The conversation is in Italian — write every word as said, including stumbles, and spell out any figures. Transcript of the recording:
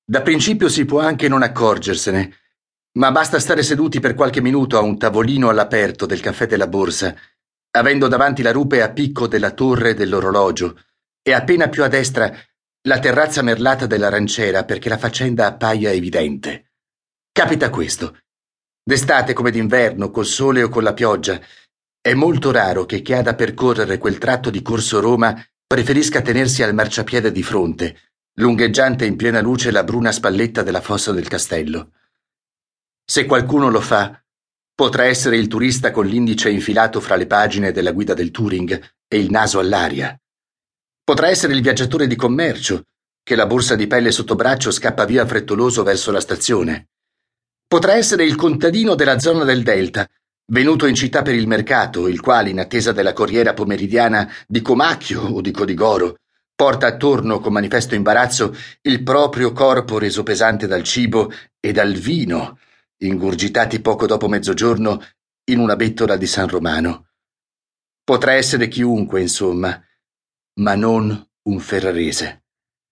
Da principio si può anche non accorgersene, ma basta stare seduti per qualche minuto a un tavolino all'aperto del caffè della borsa, avendo davanti la rupe a picco della torre dell'orologio e appena più a destra la terrazza merlata dell'aranciera perché la faccenda appaia evidente. Capita questo. D'estate come d'inverno, col sole o con la pioggia, è molto raro che chi ha da percorrere quel tratto di Corso Roma preferisca tenersi al marciapiede di fronte, lungheggiante in piena luce la bruna spalletta della fossa del castello. Se qualcuno lo fa, potrà essere il turista con l'indice infilato fra le pagine della guida del Touring e il naso all'aria. Potrà essere il viaggiatore di commercio, che la borsa di pelle sotto braccio scappa via frettoloso verso la stazione. Potrà essere il contadino della zona del Delta, venuto in città per il mercato, il quale, in attesa della corriera pomeridiana di Comacchio o di Codigoro, porta attorno con manifesto imbarazzo il proprio corpo reso pesante dal cibo e dal vino, ingurgitati poco dopo mezzogiorno in una bettola di San Romano. Potrà essere chiunque, insomma, ma non un ferrarese.